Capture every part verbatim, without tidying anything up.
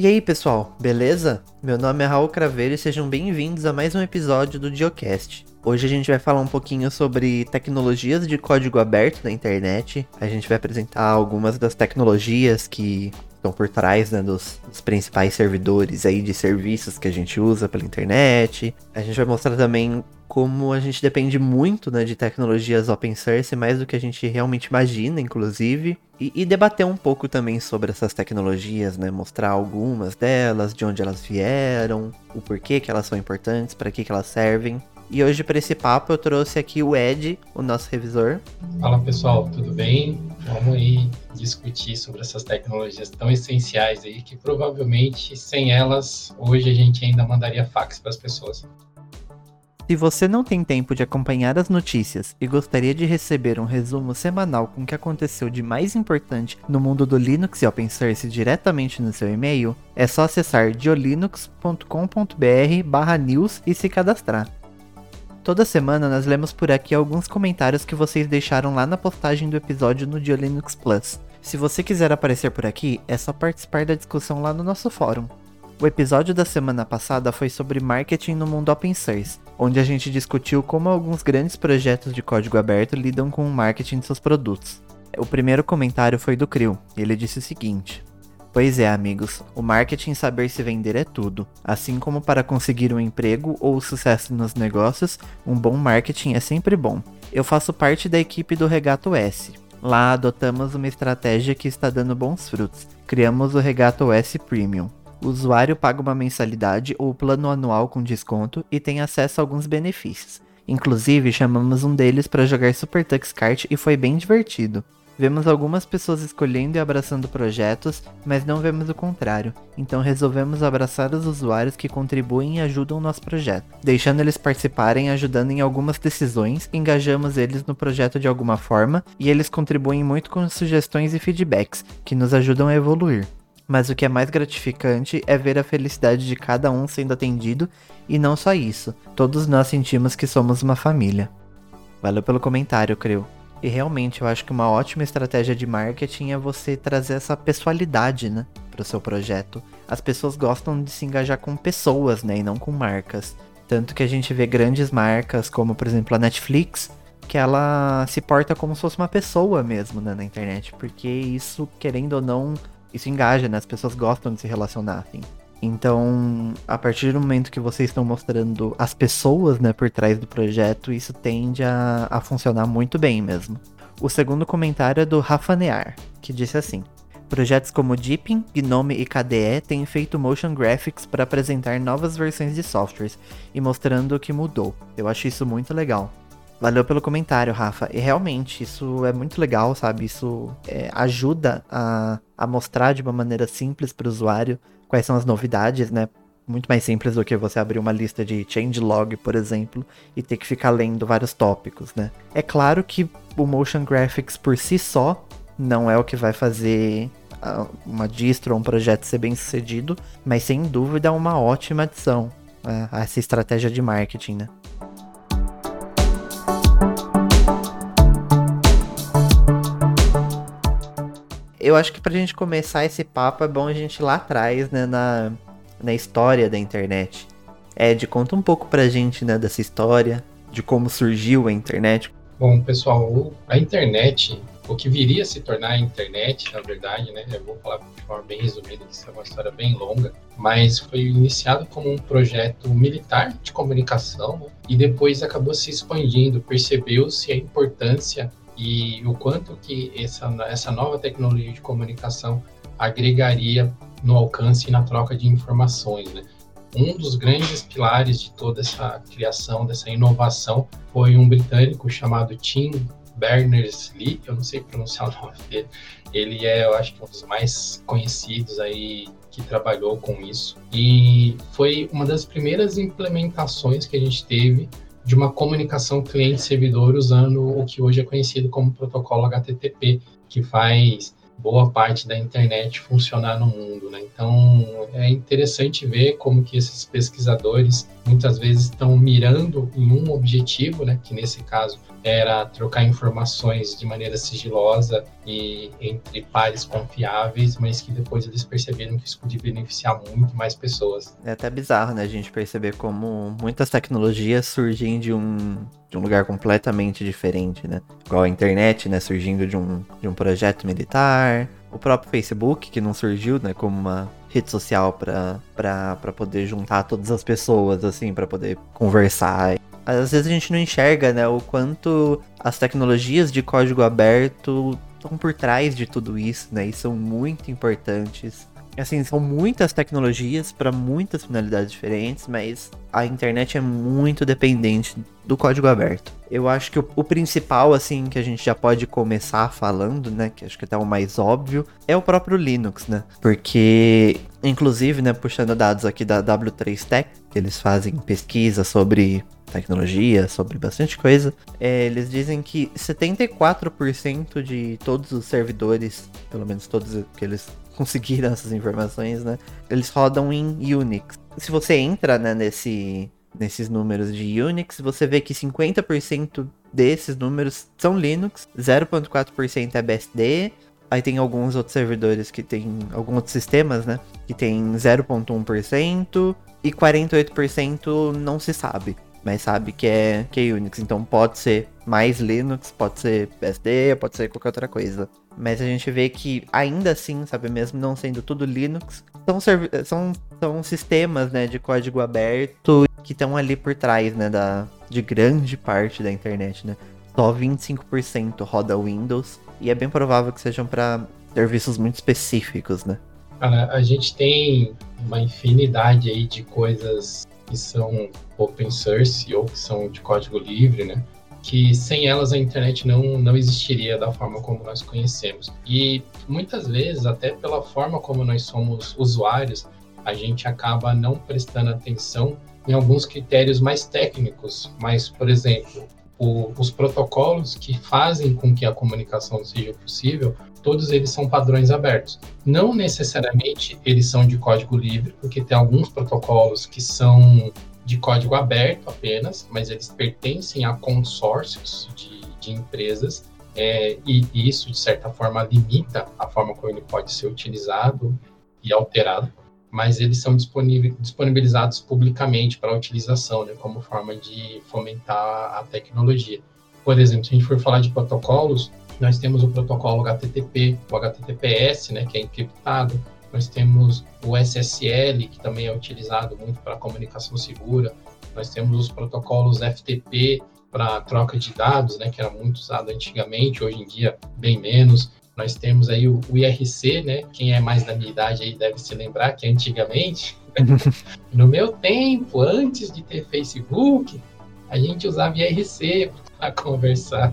aí, pessoal, beleza? Meu nome é Raul Craveiro e sejam bem-vindos a mais um episódio do Diocast. Hoje a gente vai falar um pouquinho sobre tecnologias de código aberto na internet. A gente vai apresentar algumas das tecnologias que estão por trás, né, dos, dos principais servidores aí de serviços que a gente usa pela internet. A gente vai mostrar também como a gente depende muito, né, de tecnologias open source, mais do que a gente realmente imagina, inclusive. E, e debater um pouco também sobre essas tecnologias, né, mostrar algumas delas, de onde elas vieram, o porquê que elas são importantes, para que que elas servem. E hoje, para esse papo, eu trouxe aqui o Ed, o nosso revisor. Fala, pessoal, tudo bem? Vamos aí discutir sobre essas tecnologias tão essenciais aí, que provavelmente, sem elas, hoje a gente ainda mandaria fax para as pessoas. Se você não tem tempo de acompanhar as notícias e gostaria de receber um resumo semanal com o que aconteceu de mais importante no mundo do Linux e Open Source diretamente no seu e-mail, é só acessar diolinux ponto com ponto br barra news e se cadastrar. Toda semana nós lemos por aqui alguns comentários que vocês deixaram lá na postagem do episódio no Diolinux Plus. Se você quiser aparecer por aqui, é só participar da discussão lá no nosso fórum. O episódio da semana passada foi sobre marketing no mundo open source, onde a gente discutiu como alguns grandes projetos de código aberto lidam com o marketing de seus produtos. O primeiro comentário foi do Cril, e ele disse o seguinte: "Pois é, amigos, o marketing saber se vender é tudo. Assim como para conseguir um emprego ou sucesso nos negócios, um bom marketing é sempre bom. Eu faço parte da equipe do Regato S. Lá adotamos uma estratégia que está dando bons frutos. Criamos o Regato S Premium. O usuário paga uma mensalidade ou plano anual com desconto e tem acesso a alguns benefícios. Inclusive, chamamos um deles para jogar Super Tux Kart e foi bem divertido. Vemos algumas pessoas escolhendo e abraçando projetos, mas não vemos o contrário. Então resolvemos abraçar os usuários que contribuem e ajudam o nosso projeto. Deixando eles participarem, ajudando em algumas decisões, engajamos eles no projeto de alguma forma, e eles contribuem muito com sugestões e feedbacks, que nos ajudam a evoluir. Mas o que é mais gratificante é ver a felicidade de cada um sendo atendido, e não só isso, todos nós sentimos que somos uma família." Valeu pelo comentário, Creu. E realmente eu acho que uma ótima estratégia de marketing é você trazer essa pessoalidade, né, para o seu projeto. As pessoas gostam de se engajar com pessoas, né, e não com marcas. Tanto que a gente vê grandes marcas, como por exemplo a Netflix, que ela se porta como se fosse uma pessoa mesmo, né, na internet. Porque isso, querendo ou não, isso engaja, né? As pessoas gostam de se relacionar, assim. Então, a partir do momento que vocês estão mostrando as pessoas, né, por trás do projeto, isso tende a, a funcionar muito bem mesmo. O segundo comentário é do Rafa Near, que disse assim: "Projetos como Deepin, Gnome e K D E têm feito motion graphics para apresentar novas versões de softwares e mostrando o que mudou. Eu acho isso muito legal." Valeu pelo comentário, Rafa. E realmente, isso é muito legal, sabe? Isso é, ajuda a, a mostrar de uma maneira simples para o usuário quais são as novidades, né? Muito mais simples do que você abrir uma lista de changelog, por exemplo, e ter que ficar lendo vários tópicos, né? É claro que o motion graphics por si só não é o que vai fazer uma distro ou um projeto ser bem sucedido, mas sem dúvida é uma ótima adição a essa estratégia de marketing, né? Eu acho que pra gente começar esse papo é bom a gente ir lá atrás, né, na, na história da internet. Ed, conta um pouco pra gente, né, dessa história, de como surgiu a internet. Bom, pessoal, a internet, o que viria a se tornar a internet, na verdade, né, eu vou falar de forma bem resumida, que isso é uma história bem longa, mas foi iniciado como um projeto militar de comunicação, né, e depois acabou se expandindo, percebeu-se a importância e o quanto que essa, essa nova tecnologia de comunicação agregaria no alcance e na troca de informações, né? Um dos grandes pilares de toda essa criação, dessa inovação, foi um britânico chamado Tim Berners-Lee, eu não sei pronunciar o nome dele, ele é, eu acho que um dos mais conhecidos aí que trabalhou com isso, e foi uma das primeiras implementações que a gente teve de uma comunicação cliente-servidor usando o que hoje é conhecido como protocolo H T T P, que faz boa parte da internet funcionar no mundo, né? Então, é interessante ver como que esses pesquisadores muitas vezes estão mirando em um objetivo, né? Que nesse caso era trocar informações de maneira sigilosa e entre pares confiáveis, mas que depois eles perceberam que isso podia beneficiar muito mais pessoas. É até bizarro, né, a gente perceber como muitas tecnologias surgem de um, de um lugar completamente diferente, né? Igual a internet, né, surgindo de um, de um projeto militar, o próprio Facebook, que não surgiu, né, como uma rede social para para poder juntar todas as pessoas, assim, para poder conversar. Às vezes a gente não enxerga, né, o quanto as tecnologias de código aberto estão por trás de tudo isso, né, e são muito importantes. Assim, são muitas tecnologias para muitas finalidades diferentes, mas a internet é muito dependente do código aberto. Eu acho que o, o principal, assim, que a gente já pode começar falando, né, que acho que até é o mais óbvio, é o próprio Linux, né? Porque, inclusive, né, puxando dados aqui da W três Tech, que eles fazem pesquisa sobre tecnologia, sobre bastante coisa, é, eles dizem que setenta e quatro por cento de todos os servidores, pelo menos todos que eles conseguiram essas informações, né, eles rodam em Unix. Se você entra, né, nesse, nesses números de Unix, você vê que cinquenta por cento desses números são Linux, zero vírgula quatro por cento é B S D, aí tem alguns outros servidores que tem, alguns outros sistemas, né, que tem zero vírgula um por cento e quarenta e oito por cento não se sabe. Mas sabe que é, que é Unix, então pode ser mais Linux, pode ser B S D, pode ser qualquer outra coisa. Mas a gente vê que ainda assim, sabe, mesmo não sendo tudo Linux, são, servi- são, são sistemas, né, de código aberto que estão ali por trás, né, da, de grande parte da internet, né. Só vinte e cinco por cento roda Windows e é bem provável que sejam para serviços muito específicos, né. Cara, a gente tem uma infinidade aí de coisas que são open source ou que são de código livre, né? Que sem elas a internet não, não existiria da forma como nós conhecemos. E muitas vezes, até pela forma como nós somos usuários, a gente acaba não prestando atenção em alguns critérios mais técnicos. Mas, por exemplo, o, os protocolos que fazem com que a comunicação seja possível, todos eles são padrões abertos. Não necessariamente eles são de código livre, porque tem alguns protocolos que são de código aberto apenas, mas eles pertencem a consórcios de, de empresas, é, e isso, de certa forma, limita a forma como ele pode ser utilizado e alterado, mas eles são disponibilizados publicamente para utilização, né, como forma de fomentar a tecnologia. Por exemplo, se a gente for falar de protocolos, nós temos o protocolo H T T P, o H T T P S, né, que é encriptado. Nós temos o S S L, que também é utilizado muito para comunicação segura. Nós temos os protocolos F T P para troca de dados, né, que era muito usado antigamente, hoje em dia bem menos. Nós temos aí o, o I R C, né, quem é mais da minha idade aí deve se lembrar que antigamente, no meu tempo, antes de ter Facebook, a gente usava I R C para conversar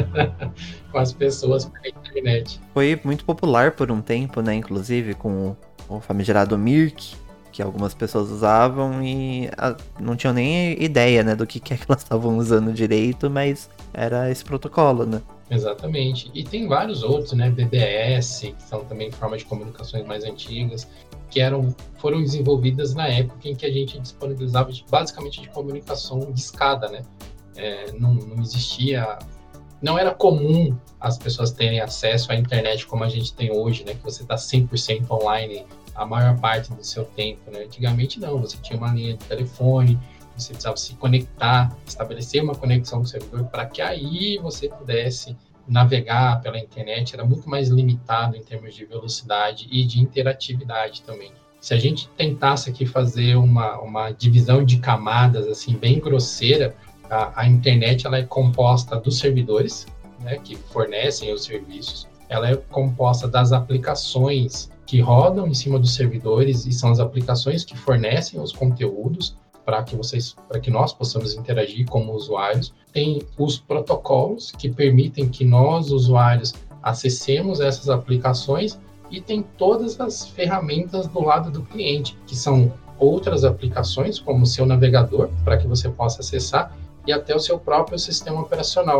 com as pessoas pela internet. Foi muito popular por um tempo, né? Inclusive com o famigerado Mirk, que algumas pessoas usavam e a, não tinham nem ideia, né, do que, que, é que elas estavam usando direito, mas era esse protocolo, né? Exatamente. E tem vários outros, né? B B S, que são também formas de comunicações mais antigas, que eram, foram desenvolvidas na época em que a gente disponibilizava de, basicamente de comunicação de escada, né? É, não, não existia, não era comum as pessoas terem acesso à internet como a gente tem hoje, né? Que você está cem por cento online a maior parte do seu tempo, né? Antigamente não, você tinha uma linha de telefone, você precisava se conectar, estabelecer uma conexão com o servidor para que aí você pudesse navegar pela internet. Era muito mais limitado em termos de velocidade e de interatividade também. Se a gente tentasse aqui fazer uma, uma divisão de camadas assim bem grosseira, a, a internet ela é composta dos servidores, né, que fornecem os serviços, ela é composta das aplicações que rodam em cima dos servidores e são as aplicações que fornecem os conteúdos para que vocês, para que nós possamos interagir como usuários. Tem os protocolos que permitem que nós, usuários, acessemos essas aplicações, e tem todas as ferramentas do lado do cliente, que são outras aplicações, como o seu navegador, para que você possa acessar, e até o seu próprio sistema operacional.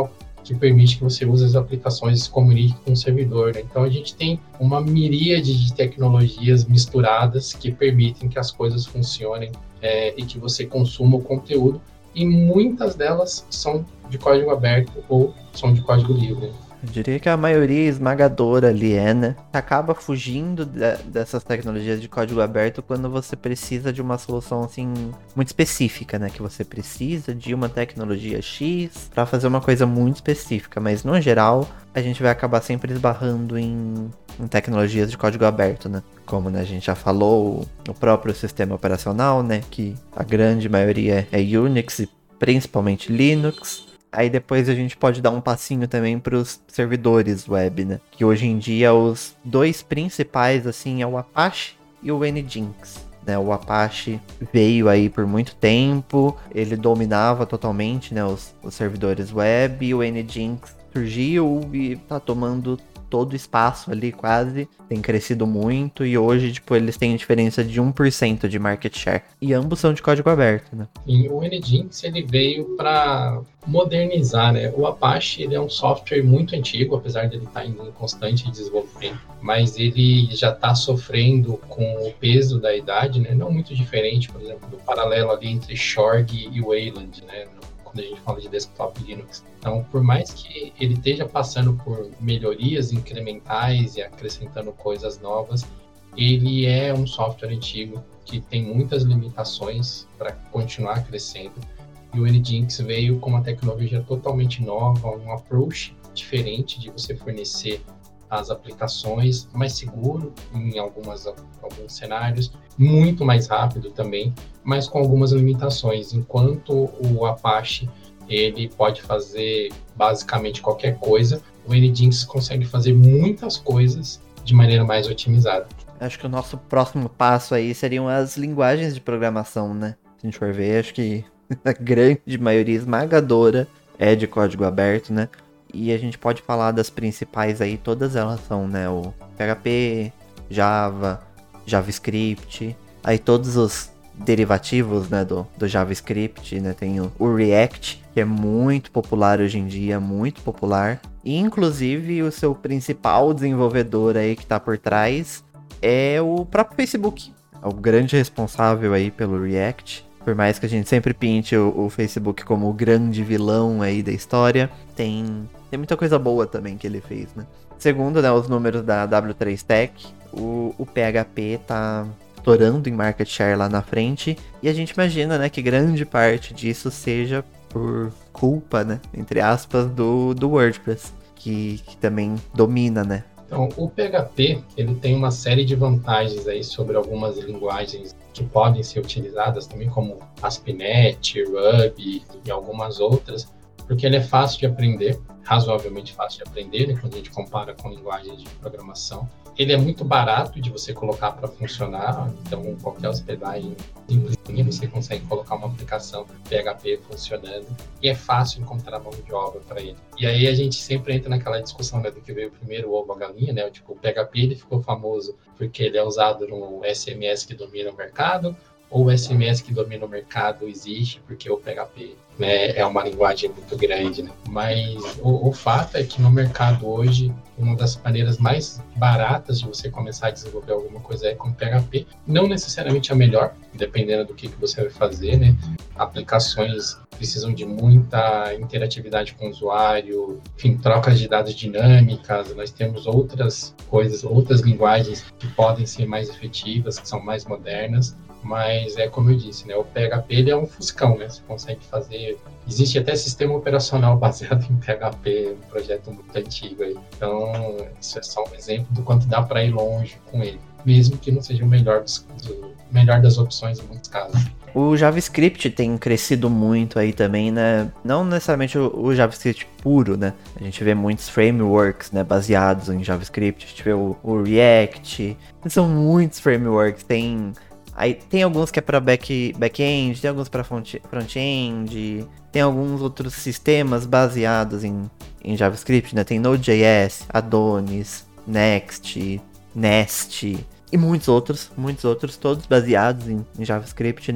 que permite que você use as aplicações e se comunique com o servidor, né? Então a gente tem uma miríade de tecnologias misturadas que permitem que as coisas funcionem é, e que você consuma o conteúdo, e muitas delas são de código aberto ou são de código livre. Eu diria que a maioria esmagadora ali é, né? Acaba fugindo de, dessas tecnologias de código aberto quando você precisa de uma solução, assim, muito específica, né? Que você precisa de uma tecnologia X para fazer uma coisa muito específica. Mas, no geral, a gente vai acabar sempre esbarrando em, em tecnologias de código aberto, né? Como, né, a gente já falou, o próprio sistema operacional, né? Que a grande maioria é Unix e principalmente Linux. Aí depois a gente pode dar um passinho também para os servidores web, né? Que hoje em dia os dois principais, assim, é o Apache e o Nginx, né? O Apache veio aí por muito tempo, ele dominava totalmente, né, os, os servidores web, e o Nginx surgiu e tá tomando todo o espaço ali quase, tem crescido muito, e hoje, tipo, eles têm diferença de um por cento de market share. E ambos são de código aberto, né? E o Nginx, ele veio para modernizar, né? O Apache, ele é um software muito antigo, apesar de ele estar em constante desenvolvimento, mas ele já está sofrendo com o peso da idade, né? Não muito diferente, por exemplo, do paralelo ali entre Shorg e Wayland, né? Quando a gente fala de desktop Linux. Então, por mais que ele esteja passando por melhorias incrementais e acrescentando coisas novas, ele é um software antigo que tem muitas limitações para continuar crescendo. E o Nginx veio com uma tecnologia totalmente nova, um approach diferente de você fornecer as aplicações, mais seguro em algumas, alguns cenários, muito mais rápido também, mas com algumas limitações. Enquanto o Apache ele pode fazer basicamente qualquer coisa, o Nginx consegue fazer muitas coisas de maneira mais otimizada. Acho que o nosso próximo passo aí seriam as linguagens de programação, né? Se a gente for ver, acho que a grande maioria esmagadora é de código aberto, né? E a gente pode falar das principais aí, todas elas são, né? O P H P, Java, JavaScript, aí todos os derivativos, né, do, do JavaScript, né? Tem o, o React, que é muito popular hoje em dia, muito popular. E, inclusive, o seu principal desenvolvedor aí que tá por trás é o próprio Facebook. É o grande responsável aí pelo React. Por mais que a gente sempre pinte o, o Facebook como o grande vilão aí da história, tem, tem muita coisa boa também que ele fez, né? Segundo, né, os números da W três Tech, o, o P H P tá estourando em market share lá na frente, e a gente imagina, né, que grande parte disso seja por culpa, né, entre aspas, do, do WordPress, que, que também domina, né? Então, o P H P, ele tem uma série de vantagens aí sobre algumas linguagens que podem ser utilizadas também, como ASP.NET, Ruby e algumas outras, porque ele é fácil de aprender, razoavelmente fácil de aprender, né, quando a gente compara com linguagens de programação. Ele é muito barato de você colocar para funcionar, então qualquer hospedagem simplesinha você consegue colocar uma aplicação P H P funcionando, e é fácil encontrar mão de obra para ele. E aí a gente sempre entra naquela discussão, né, do que veio primeiro, o ovo ou a galinha, né? Tipo, o P H P ele ficou famoso porque ele é usado no S M S que domina o mercado, ou o S M S que domina o mercado existe porque o P H P, né, é uma linguagem muito grande, né? Mas o, o fato é que no mercado hoje, uma das maneiras mais baratas de você começar a desenvolver alguma coisa é com P H P. Não necessariamente a melhor, dependendo do que, que você vai fazer, né? Aplicações precisam de muita interatividade com o usuário, enfim, trocas de dados dinâmicas. Nós temos outras coisas, outras linguagens que podem ser mais efetivas, que são mais modernas. Mas é como eu disse, né? O P H P ele é um fuscão, né? Você consegue fazer... Existe até sistema operacional baseado em P H P, um projeto muito antigo aí. Então, isso é só um exemplo do quanto dá para ir longe com ele, mesmo que não seja o melhor, dos, do, melhor das opções em muitos casos. O JavaScript tem crescido muito aí também, né? Não necessariamente o, o JavaScript puro, né? A gente vê muitos frameworks, né, baseados em JavaScript. A gente vê o, o React. São muitos frameworks. Tem... Aí tem alguns que é para back, back-end, tem alguns para front-end, tem alguns outros sistemas baseados em, em JavaScript, né? Tem Node.js, Adonis, Next, Nest e muitos outros, muitos outros, todos baseados em, em JavaScript, né?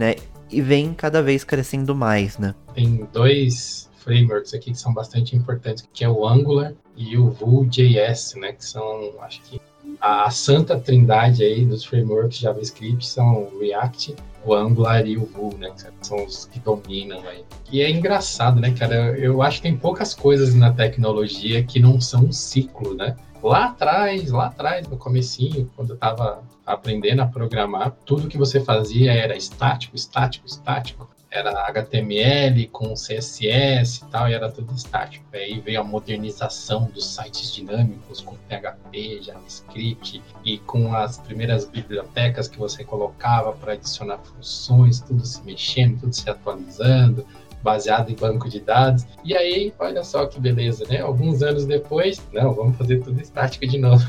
e vem cada vez crescendo mais, né? Tem dois frameworks aqui que são bastante importantes, que é o Angular e o Vue.js, né, que são, acho que, a santa trindade aí dos frameworks JavaScript são o React, o Angular e o Vue, né, que são os que dominam aí. E é engraçado, né, cara, eu acho que tem poucas coisas na tecnologia que não são um ciclo, né? Lá atrás, lá atrás, no comecinho, quando eu estava aprendendo a programar, tudo que você fazia era estático, estático, estático. Era H T M L com C S S e tal, e era tudo estático. Aí veio a modernização dos sites dinâmicos com P H P, JavaScript e com as primeiras bibliotecas que você colocava para adicionar funções, tudo se mexendo, tudo se atualizando, baseado em banco de dados. E aí, olha só que beleza, né? Alguns anos depois, não, vamos fazer tudo estático de novo.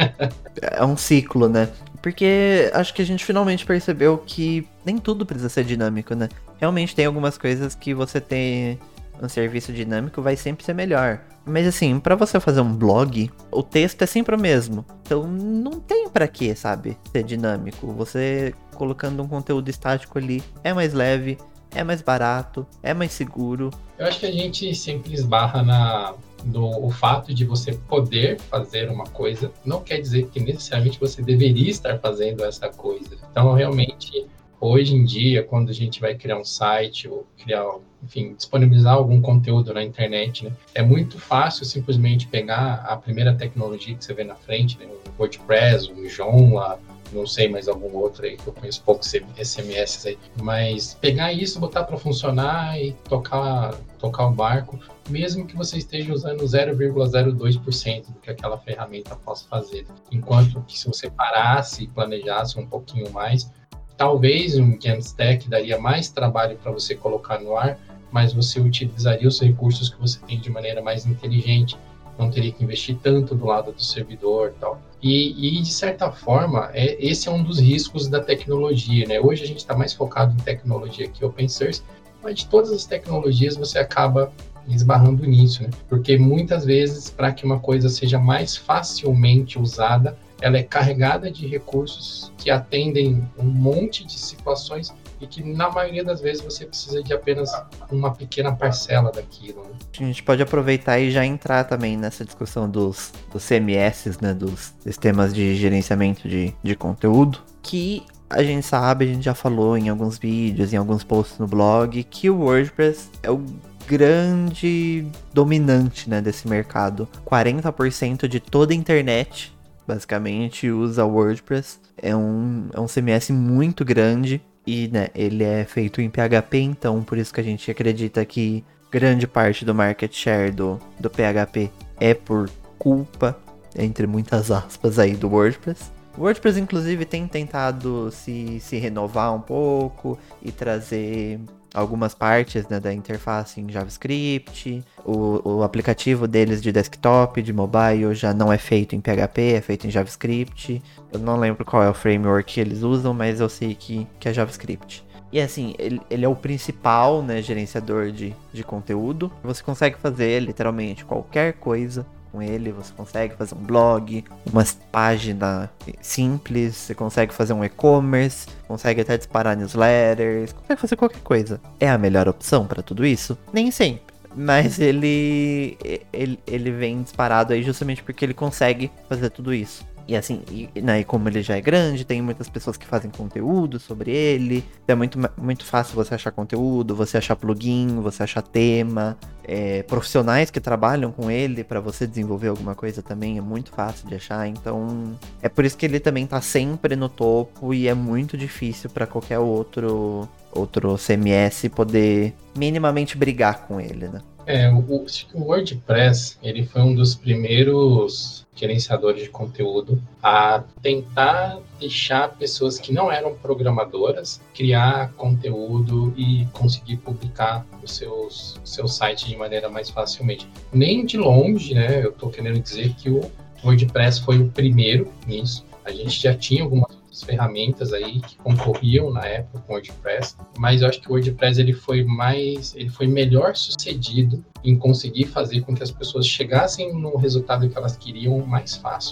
É um ciclo, né? Porque acho que a gente finalmente percebeu que nem tudo precisa ser dinâmico, né? Realmente tem algumas coisas que você ter um serviço dinâmico vai sempre ser melhor. Mas assim, pra você fazer um blog, o texto é sempre o mesmo. Então não tem pra que, sabe, ser dinâmico. Você colocando um conteúdo estático ali é mais leve, é mais barato, é mais seguro. Eu acho que a gente sempre esbarra na... No, o fato de você poder fazer uma coisa não quer dizer que necessariamente você deveria estar fazendo essa coisa. Então, realmente, hoje em dia, quando a gente vai criar um site ou criar, enfim, disponibilizar algum conteúdo na internet, né, é muito fácil simplesmente pegar a primeira tecnologia que você vê na frente, né, um WordPress, um Joomla, não sei mais algum outro aí, que eu conheço poucos S M S aí, mas pegar isso, botar para funcionar e tocar, tocar o barco, mesmo que você esteja usando zero vírgula zero dois por cento do que aquela ferramenta possa fazer. Enquanto que se você parasse e planejasse um pouquinho mais, talvez um Jamstack daria mais trabalho para você colocar no ar, mas você utilizaria os recursos que você tem de maneira mais inteligente, não teria que investir tanto do lado do servidor e tal. E, e, de certa forma, é, esse é um dos riscos da tecnologia, né? Hoje a gente está mais focado em tecnologia que open source, mas de todas as tecnologias você acaba esbarrando nisso, né? Porque muitas vezes, para que uma coisa seja mais facilmente usada, ela é carregada de recursos que atendem um monte de situações e que, na maioria das vezes, você precisa de apenas uma pequena parcela daquilo, né? A gente pode aproveitar e já entrar também nessa discussão dos, dos C M S, né, dos sistemas de gerenciamento de, de conteúdo, que a gente sabe, a gente já falou em alguns vídeos, em alguns posts no blog, que o WordPress é o grande dominante, né, desse mercado. quarenta por cento de toda a internet, basicamente, usa o WordPress. É um, é um C M S muito grande e, né, ele é feito em P H P, então por isso que a gente acredita que grande parte do market share do, do P H P é por culpa, entre muitas aspas, aí do WordPress. O WordPress, inclusive, tem tentado se, se renovar um pouco e trazer algumas partes, né, da interface em JavaScript. O, o aplicativo deles de desktop, de mobile, já não é feito em P H P, é feito em JavaScript. Eu não lembro qual é o framework que eles usam, mas eu sei que, que é JavaScript. E assim, ele, ele é o principal, né, gerenciador de, de conteúdo. Você consegue fazer literalmente qualquer coisa com ele. Você consegue fazer um blog, uma página simples, você consegue fazer um e-commerce, consegue até disparar newsletters, consegue fazer qualquer coisa. É a melhor opção para tudo isso? Nem sempre. Mas ele, ele, ele vem disparado aí justamente porque ele consegue fazer tudo isso. E assim, e, né, e como ele já é grande, tem muitas pessoas que fazem conteúdo sobre ele. É muito, muito fácil você achar conteúdo, você achar plugin, você achar tema. É, profissionais que trabalham com ele para você desenvolver alguma coisa também é muito fácil de achar. Então, é por isso que ele também tá sempre no topo e é muito difícil para qualquer outro, outro C M S poder minimamente brigar com ele, né? É, o, o WordPress, ele foi um dos primeiros gerenciadores de conteúdo a tentar deixar pessoas que não eram programadoras criar conteúdo e conseguir publicar os seus, seus sites de maneira mais facilmente. Nem de longe, né? Eu estou querendo dizer que o WordPress foi o primeiro nisso. A gente já tinha algumas outras ferramentas aí que concorriam na época com o WordPress, mas eu acho que o WordPress ele foi mais, ele foi melhor sucedido em conseguir fazer com que as pessoas chegassem no resultado que elas queriam mais fácil.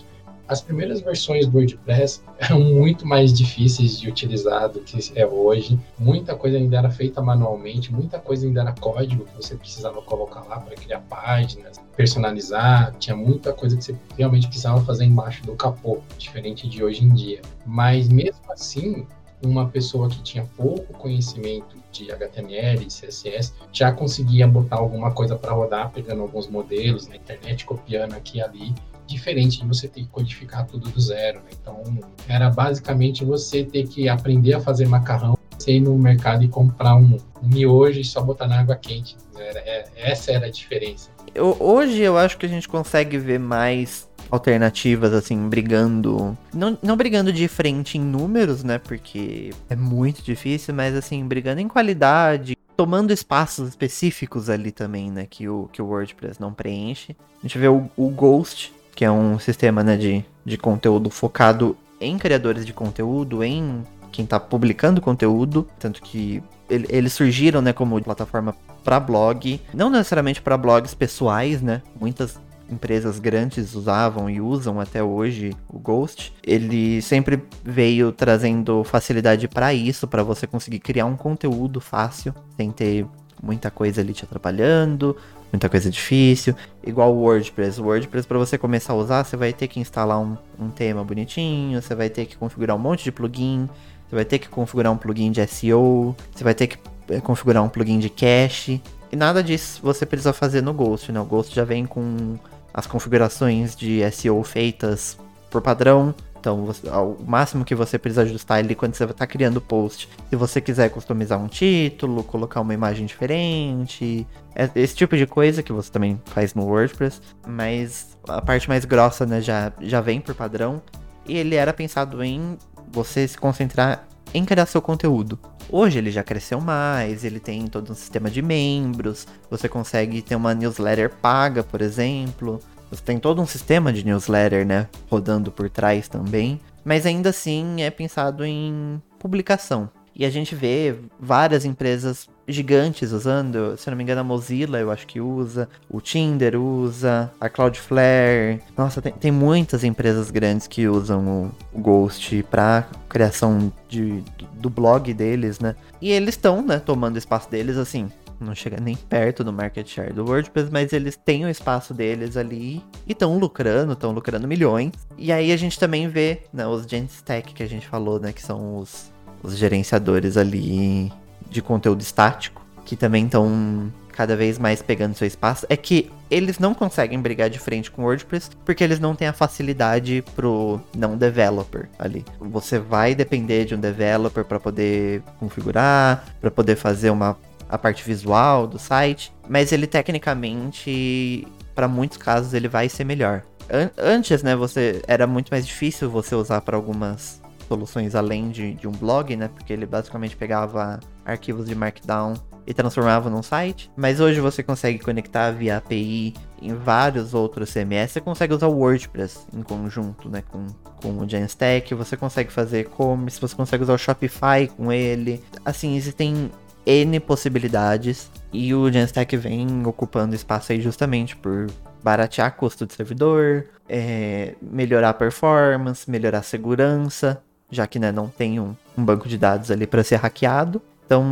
as primeiras versões do WordPress eram muito mais difíceis de utilizar do que é hoje. Muita coisa ainda era feita manualmente, muita coisa ainda era código que você precisava colocar lá para criar páginas, personalizar. Tinha muita coisa que você realmente precisava fazer embaixo do capô, diferente de hoje em dia. Mas mesmo assim, uma pessoa que tinha pouco conhecimento de H T M L e C S S já conseguia botar alguma coisa para rodar, pegando alguns modelos na internet, copiando aqui e ali, diferente de você ter que codificar tudo do zero, né? Então, era basicamente você ter que aprender a fazer macarrão, você ir no mercado e comprar um, um miojo e só botar na água quente. Era, é, essa era a diferença. Eu, hoje eu acho que a gente consegue ver mais alternativas, assim, brigando, não, não brigando de frente em números, né, porque é muito difícil, mas, assim, brigando em qualidade, tomando espaços específicos ali também, né, que o, que o WordPress não preenche. A gente vê o, o Ghost, que é um sistema, né, de, de conteúdo focado em criadores de conteúdo, em quem tá publicando conteúdo, tanto que ele, eles surgiram, né, como plataforma para blog, não necessariamente para blogs pessoais, né, muitas empresas grandes usavam e usam até hoje o Ghost. Ele sempre veio trazendo facilidade para isso, para você conseguir criar um conteúdo fácil, sem ter muita coisa ali te atrapalhando, muita coisa difícil. Igual o WordPress. O WordPress, para você começar a usar, você vai ter que instalar um, um tema bonitinho, você vai ter que configurar um monte de plugin, você vai ter que configurar um plugin de S E O, você vai ter que configurar um plugin de cache, e nada disso você precisa fazer no Ghost, né? O Ghost já vem com as configurações de S E O feitas por padrão. Então, você, o máximo que você precisa ajustar ali quando você está criando o post. Se você quiser customizar um título, colocar uma imagem diferente, é esse tipo de coisa que você também faz no WordPress. Mas a parte mais grossa, né, já, já vem por padrão. E ele era pensado em você se concentrar em criar seu conteúdo. Hoje ele já cresceu mais, ele tem todo um sistema de membros, você consegue ter uma newsletter paga, por exemplo. Você tem todo um sistema de newsletter, né, rodando por trás também. Mas ainda assim é pensado em publicação. E a gente vê várias empresas gigantes usando, se eu não me engano a Mozilla eu acho que usa, o Tinder usa, a Cloudflare. Nossa, tem, tem muitas empresas grandes que usam o, o Ghost para criação de, do blog deles, né? E eles estão, né, tomando espaço deles, assim, não chega nem perto do market share do WordPress, mas eles têm o espaço deles ali e estão lucrando, estão lucrando milhões. E aí a gente também vê, né, os Genstack que a gente falou, né, que são os, os gerenciadores ali de conteúdo estático, que também estão cada vez mais pegando seu espaço. É que eles não conseguem brigar de frente com o WordPress porque eles não têm a facilidade pro não developer ali. Você vai depender de um developer para poder configurar, para poder fazer uma a parte visual do site, mas ele tecnicamente, para muitos casos, ele vai ser melhor. An- antes, né, você era muito mais difícil você usar para algumas soluções além de, de um blog, né, porque ele basicamente pegava arquivos de Markdown e transformava num site, mas hoje você consegue conectar via A P I em vários outros C M S, você consegue usar o WordPress em conjunto, né, com, com o Genstack, você consegue fazer e-commerce, você consegue usar o Shopify com ele, assim, existem N possibilidades, e o Genstack vem ocupando espaço aí justamente por baratear custo de servidor, é, melhorar a performance, melhorar a segurança, já que, né, não tem um, um banco de dados ali para ser hackeado, então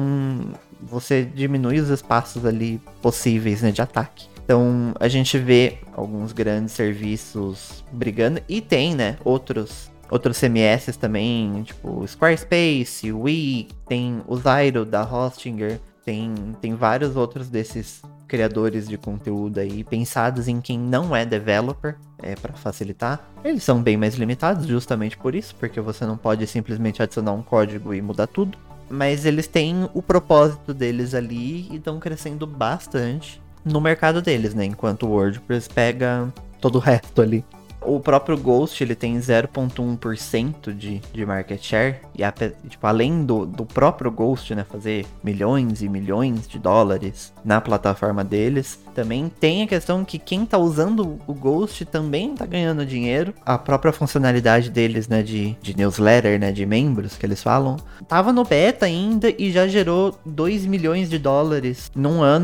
você diminui os espaços ali possíveis, né, de ataque. Então a gente vê alguns grandes serviços brigando, e tem, né, outros Outros C M S também, tipo Squarespace, Wix, tem o Zyro da Hostinger, tem, tem vários outros desses criadores de conteúdo aí, pensados em quem não é developer, é, para facilitar. Eles são bem mais limitados justamente por isso, porque você não pode simplesmente adicionar um código e mudar tudo. Mas eles têm o propósito deles ali e estão crescendo bastante no mercado deles, né? Enquanto o WordPress pega todo o resto ali. O próprio Ghost, ele tem zero vírgula um por cento de, de market share. E, a, tipo, além do, do próprio Ghost, né, fazer milhões e milhões de dólares na plataforma deles, também tem a questão que quem tá usando o Ghost também tá ganhando dinheiro. A própria funcionalidade deles, né, de, de newsletter, né, de membros, que eles falam, tava no beta ainda e já gerou dois milhões de dólares num ano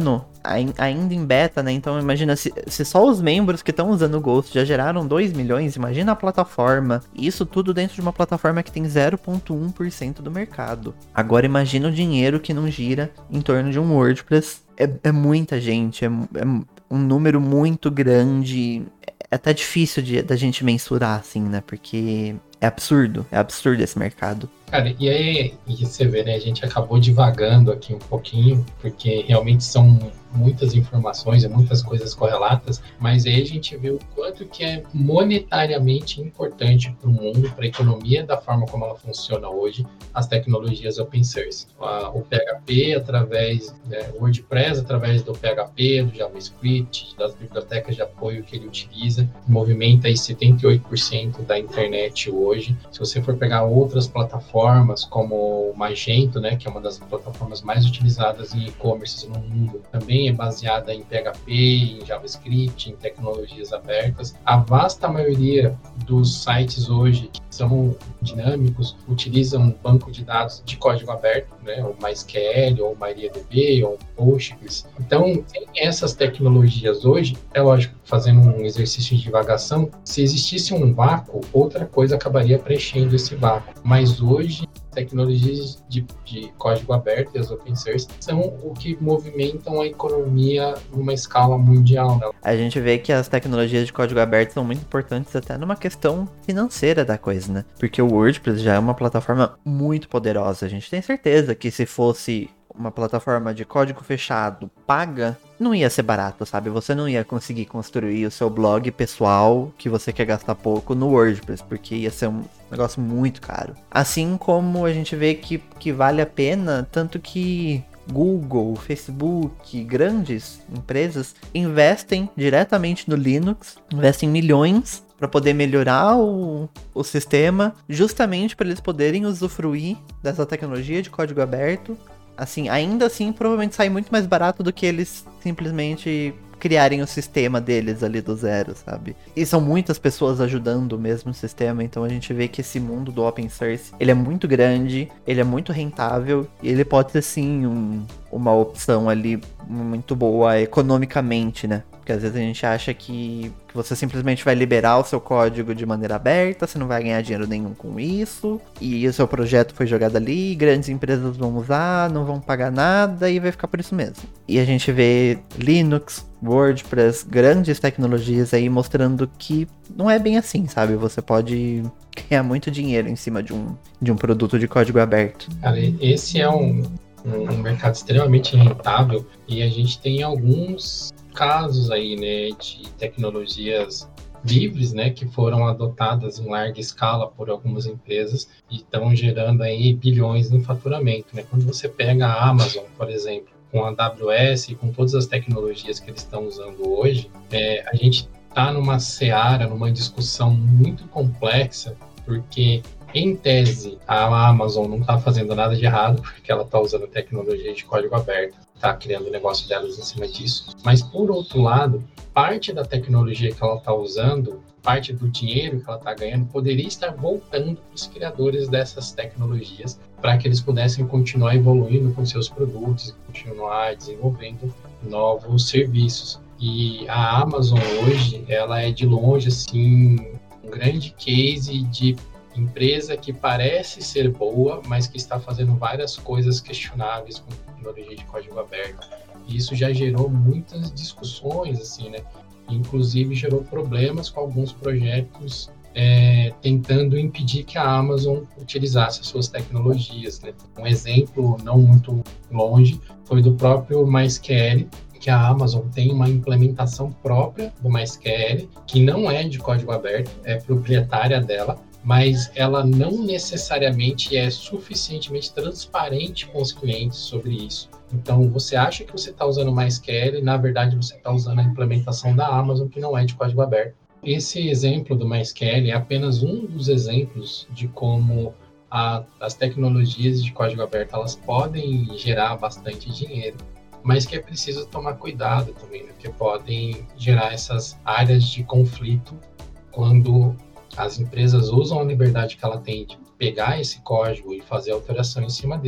ainda em beta, né? Então imagina, se, se só os membros que estão usando o Ghost já geraram dois milhões, imagina a plataforma. Isso tudo dentro de uma plataforma que tem zero vírgula um por cento do mercado. Agora imagina o dinheiro que não gira em torno de um WordPress. É, é muita gente, é, é um número muito grande. É até difícil de, da gente mensurar, assim, né? Porque é absurdo, é absurdo esse mercado. Cara, e aí, e você vê, né, a gente acabou divagando aqui um pouquinho, porque realmente são muitas informações e muitas coisas correlatas, mas aí a gente vê o quanto que é monetariamente importante para o mundo, para a economia da forma como ela funciona hoje, as tecnologias open source. O P H P através, né, o WordPress através do P H P, do JavaScript, das bibliotecas de apoio que ele utiliza, movimenta aí setenta e oito por cento da internet hoje. Se você for pegar outras plataformas, como o Magento, né, que é uma das plataformas mais utilizadas em e-commerce no mundo, também é baseada em P H P, em JavaScript, em tecnologias abertas. A vasta maioria dos sites hoje que são dinâmicos utilizam um banco de dados de código aberto, né, ou MySQL, ou MariaDB, ou Postgres. Então, tem essas tecnologias hoje, é lógico, fazendo um exercício de divagação, se existisse um vácuo, outra coisa acabaria preenchendo esse vácuo. Mas hoje, tecnologias de, de código aberto e as open source são o que movimentam a economia numa escala mundial, né? A gente vê que as tecnologias de código aberto são muito importantes até numa questão financeira da coisa, né? Porque o WordPress já é uma plataforma muito poderosa. A gente tem certeza que se fosse uma plataforma de código fechado paga, não ia ser barato, sabe? Você não ia conseguir construir o seu blog pessoal que você quer gastar pouco no WordPress, porque ia ser um negócio muito caro. Assim como a gente vê que, que vale a pena, tanto que Google, Facebook, grandes empresas investem diretamente no Linux, investem milhões para poder melhorar o, o sistema, justamente para eles poderem usufruir dessa tecnologia de código aberto. Assim, ainda assim, provavelmente sai muito mais barato do que eles simplesmente criarem o sistema deles ali do zero, sabe? E são muitas pessoas ajudando o mesmo sistema, então a gente vê que esse mundo do open source, ele é muito grande, ele é muito rentável, e ele pode ser sim um, uma opção ali muito boa economicamente, né? Porque às vezes a gente acha que, que você simplesmente vai liberar o seu código de maneira aberta, você não vai ganhar dinheiro nenhum com isso, e o seu projeto foi jogado ali, grandes empresas vão usar, não vão pagar nada e vai ficar por isso mesmo. E a gente vê Linux, WordPress, grandes tecnologias aí mostrando que não é bem assim, sabe? Você pode ganhar muito dinheiro em cima de um, de um produto de código aberto. Cara, esse é um, um mercado extremamente rentável e a gente tem alguns casos aí, né, de tecnologias livres, né, que foram adotadas em larga escala por algumas empresas e estão gerando aí bilhões em faturamento, né? Quando você pega a Amazon, por exemplo, com a A W S e com todas as tecnologias que eles estão usando hoje, é, a gente está numa seara, numa discussão muito complexa, porque em tese a Amazon não está fazendo nada de errado, porque ela está usando tecnologia de código aberto, está criando o negócio delas em cima disso, mas por outro lado, parte da tecnologia que ela está usando, parte do dinheiro que ela está ganhando, poderia estar voltando para os criadores dessas tecnologias, para que eles pudessem continuar evoluindo com seus produtos e continuar desenvolvendo novos serviços. E a Amazon hoje, ela é de longe assim, um grande case de empresa que parece ser boa, mas que está fazendo várias coisas questionáveis com tecnologia de código aberto. E isso já gerou muitas discussões, assim, né? Inclusive gerou problemas com alguns projetos é, tentando impedir que a Amazon utilizasse as suas tecnologias, né? Um exemplo não muito longe foi do próprio MySQL, que a Amazon tem uma implementação própria do MySQL, que não é de código aberto, é proprietária dela, mas ela não necessariamente é suficientemente transparente com os clientes sobre isso. Então, você acha que você está usando MySQL e, na verdade, você está usando a implementação da Amazon, que não é de código aberto. Esse exemplo do MySQL é apenas um dos exemplos de como a, as tecnologias de código aberto elas podem gerar bastante dinheiro, mas que é preciso tomar cuidado também, né? Porque podem gerar essas áreas de conflito quando as empresas usam a liberdade que ela tem de pegar esse código e fazer alteração em cima dele,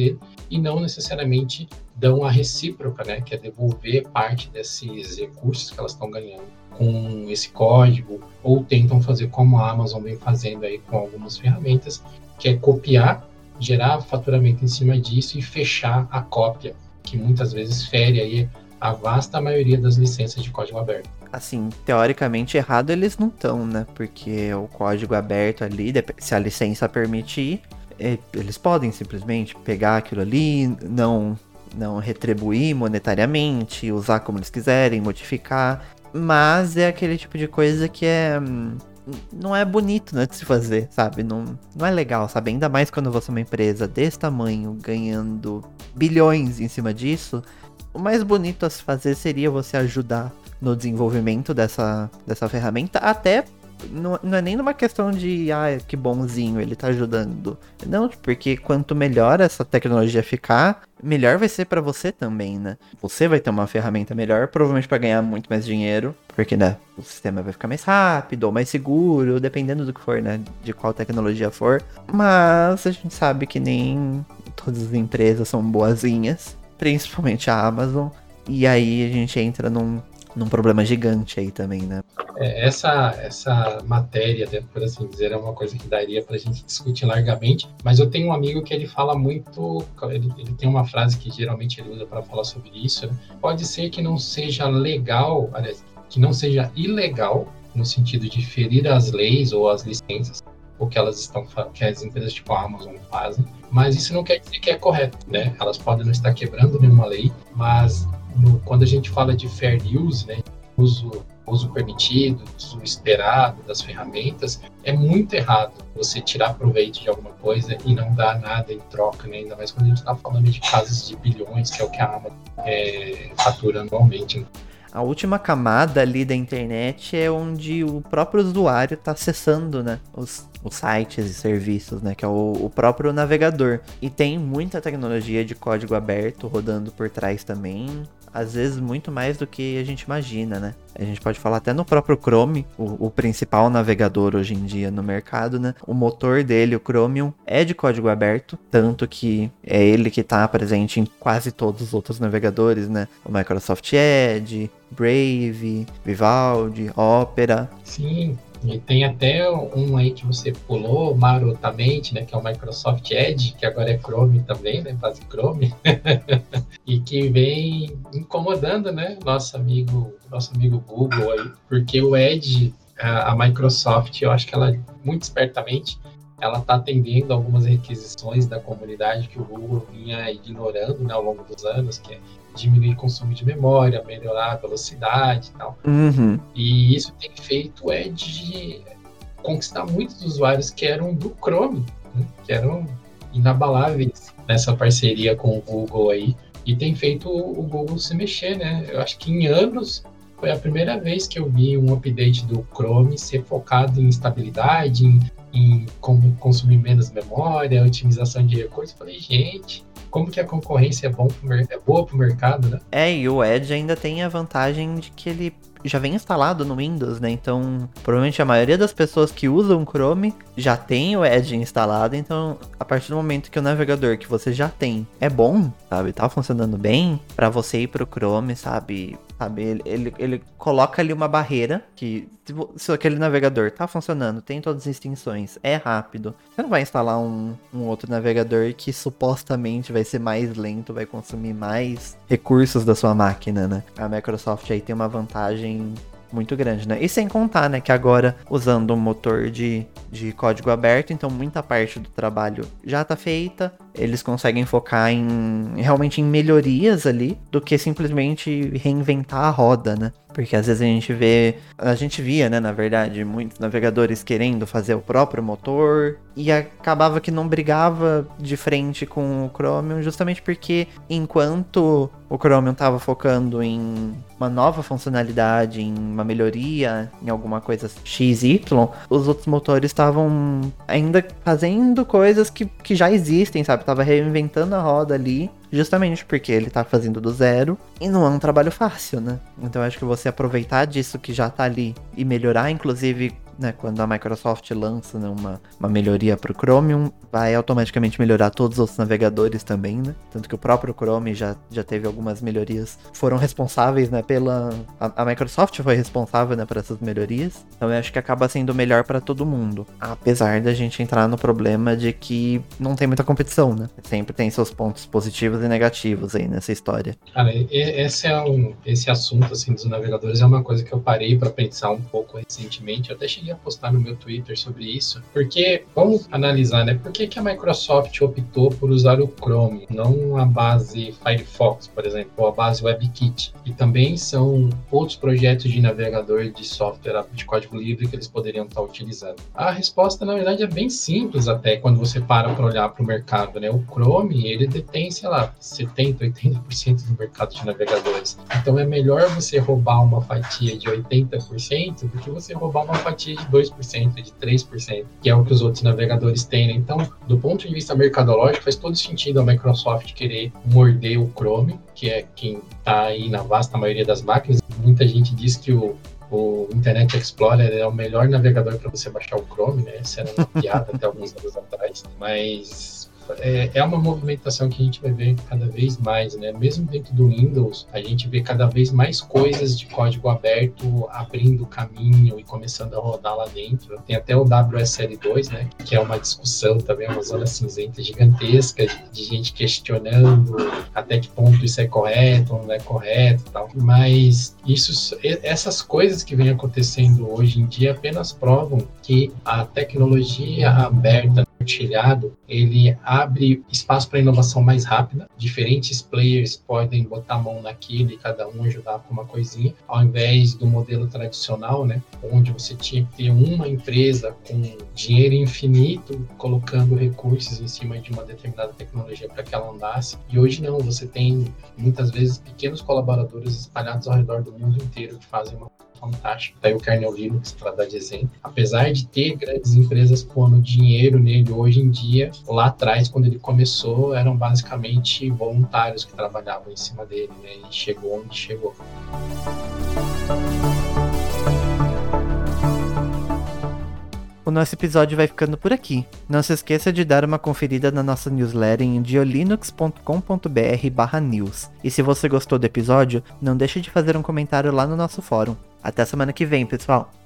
e não necessariamente dão a recíproca, né, que é devolver parte desses recursos que elas estão ganhando com esse código, ou tentam fazer como a Amazon vem fazendo aí com algumas ferramentas, que é copiar, gerar faturamento em cima disso e fechar a cópia, que muitas vezes fere aí a vasta maioria das licenças de código aberto. Assim, teoricamente errado eles não estão, né? Porque o código aberto ali, se a licença permitir, eles podem simplesmente pegar aquilo ali, não, não retribuir monetariamente, usar como eles quiserem, modificar. Mas é aquele tipo de coisa que é... não é bonito, né, de se fazer, sabe? Não, não é legal, sabe? Ainda mais quando você é uma empresa desse tamanho, ganhando bilhões em cima disso. O mais bonito a se fazer seria você ajudar no desenvolvimento dessa, dessa ferramenta, até não, não é nem numa questão de, ah, que bonzinho, ele tá ajudando. Não, porque quanto melhor essa tecnologia ficar, melhor vai ser pra você também, né? Você vai ter uma ferramenta melhor, provavelmente pra ganhar muito mais dinheiro, porque, né, o sistema vai ficar mais rápido ou mais seguro, dependendo do que for, né, de qual tecnologia for. Mas a gente sabe que nem todas as empresas são boazinhas, principalmente a Amazon, e aí a gente entra num, num problema gigante aí também, né? É, essa, essa matéria, né, por assim dizer, é uma coisa que daria pra gente discutir largamente, mas eu tenho um amigo que ele fala muito, ele, ele tem uma frase que geralmente ele usa para falar sobre isso, né? Pode ser que não seja legal, aliás, que não seja ilegal, no sentido de ferir as leis ou as licenças, o que elas estão, que as empresas tipo a Amazon fazem, mas isso não quer dizer que é correto, né? Elas podem não estar quebrando nenhuma lei, mas no, quando a gente fala de fair use, né, uso, uso permitido, uso esperado das ferramentas, é muito errado você tirar proveito de alguma coisa e não dar nada em troca, né? Ainda mais quando a gente está falando de casas de bilhões, que é o que a Amazon é, fatura anualmente, né? A última camada ali da internet é onde o próprio usuário está acessando, né, os, os sites e serviços, né, que é o, o próprio navegador. E tem muita tecnologia de código aberto rodando por trás também, às vezes muito mais do que a gente imagina, né? A gente pode falar até no próprio Chrome, o, o principal navegador hoje em dia no mercado, né? O motor dele, o Chromium, é de código aberto, tanto que é ele que está presente em quase todos os outros navegadores, né? O Microsoft Edge, Brave, Vivaldi, Opera. Sim, e tem até um aí que você pulou marotamente, né, que é o Microsoft Edge, que agora é Chrome também, né, base Chrome, e que vem incomodando, né, nosso amigo, nosso amigo Google aí, porque o Edge, a, a Microsoft, eu acho que ela, muito espertamente, ela está atendendo algumas requisições da comunidade que o Google vinha ignorando, né, ao longo dos anos, que é diminuir o consumo de memória, melhorar a velocidade e tal. Uhum. E isso tem feito o Edge conquistar muitos usuários que eram do Chrome, né, que eram inabaláveis nessa parceria com o Google aí, e tem feito o Google se mexer, né? Eu acho que em anos foi a primeira vez que eu vi um update do Chrome ser focado em estabilidade, em, em consumir menos memória, otimização de recursos. Eu falei, gente, como que a concorrência é, bom pro, é boa para o mercado, né? É, e o Edge ainda tem a vantagem de que ele já vem instalado no Windows, né? Então, provavelmente a maioria das pessoas que usam o Chrome já tem o Edge instalado. Então, a partir do momento que o navegador que você já tem é bom, sabe? Tá funcionando bem, pra você ir pro Chrome, sabe? Sabe? Ele, ele, ele coloca ali uma barreira que, se aquele navegador tá funcionando, tem todas as extensões, é rápido, você não vai instalar um, um outro navegador que supostamente vai ser mais lento, vai consumir mais recursos da sua máquina, né? A Microsoft aí tem uma vantagem muito grande, né? E sem contar, né, que agora, usando um motor de, de código aberto, então muita parte do trabalho já tá feita, eles conseguem focar em, realmente em melhorias ali, do que simplesmente reinventar a roda, né? Porque às vezes a gente vê, a gente via, né, na verdade, muitos navegadores querendo fazer o próprio motor, e acabava que não brigava de frente com o Chromium, justamente porque enquanto o Chromium estava focando em uma nova funcionalidade, em uma melhoria, em alguma coisa X Y, os outros motores estavam ainda fazendo coisas que, que já existem, sabe? Tava reinventando a roda ali, justamente porque ele tá fazendo do zero, e não é um trabalho fácil, né? Então eu acho que você aproveitar disso que já tá ali e melhorar, inclusive né? Quando a Microsoft lança, né, uma, uma melhoria para o Chromium, vai automaticamente melhorar todos os outros navegadores também, né? Tanto que o próprio Chrome já, já teve algumas melhorias, foram responsáveis, né, pela... A, a Microsoft foi responsável, né, por essas melhorias. Então eu acho que acaba sendo melhor para todo mundo. Apesar da gente entrar no problema de que não tem muita competição, né? Sempre tem seus pontos positivos e negativos aí nessa história. Cara, esse, é um, esse assunto, assim, dos navegadores é uma coisa que eu parei para pensar um pouco recentemente. Eu até cheguei a postar no meu Twitter sobre isso. Porque, vamos analisar, né? Por que, que a Microsoft optou por usar o Chrome, não a base Firefox, por exemplo, ou a base WebKit? E também são outros projetos de navegador de software de código livre que eles poderiam estar utilizando. A resposta, na verdade, é bem simples até quando você para para olhar para o mercado, né? O Chrome, ele detém, sei lá, setenta, oitenta por cento do mercado de navegadores. Então é melhor você roubar uma fatia de oitenta por cento do que você roubar uma fatia de dois por cento, de três por cento, que é o que os outros navegadores têm, né? Então, do ponto de vista mercadológico, faz todo sentido a Microsoft querer morder o Chrome, que é quem está aí na vasta maioria das máquinas. Muita gente diz que o O Internet Explorer é o melhor navegador para você baixar o Chrome, né? Essa era uma piada até alguns anos atrás, mas é, é uma movimentação que a gente vai ver cada vez mais, né? Mesmo dentro do Windows, a gente vê cada vez mais coisas de código aberto abrindo caminho e começando a rodar lá dentro. Tem até o W S L dois, né? Que é uma discussão também, uma zona cinzenta gigantesca de, de gente questionando até que ponto isso é correto ou não é correto e tal. Mas isso, essas coisas que vêm acontecendo hoje em dia apenas provam que a tecnologia aberta, compartilhado, ele abre espaço para inovação mais rápida. Diferentes players podem botar a mão naquilo e cada um ajudar com uma coisinha, ao invés do modelo tradicional, né, onde você tinha que ter uma empresa com dinheiro infinito colocando recursos em cima de uma determinada tecnologia para que ela andasse. E hoje não, você tem muitas vezes pequenos colaboradores espalhados ao redor do mundo inteiro que fazem uma fantástico. Tá aí o kernel Linux para dar de exemplo. Apesar de ter grandes empresas pondo dinheiro nele hoje em dia, lá atrás, quando ele começou, eram basicamente voluntários que trabalhavam em cima dele, né? E chegou onde chegou. O nosso episódio vai ficando por aqui. Não se esqueça de dar uma conferida na nossa newsletter em diolinux ponto com ponto b r barra news. E se você gostou do episódio, não deixe de fazer um comentário lá no nosso fórum. Até semana que vem, pessoal!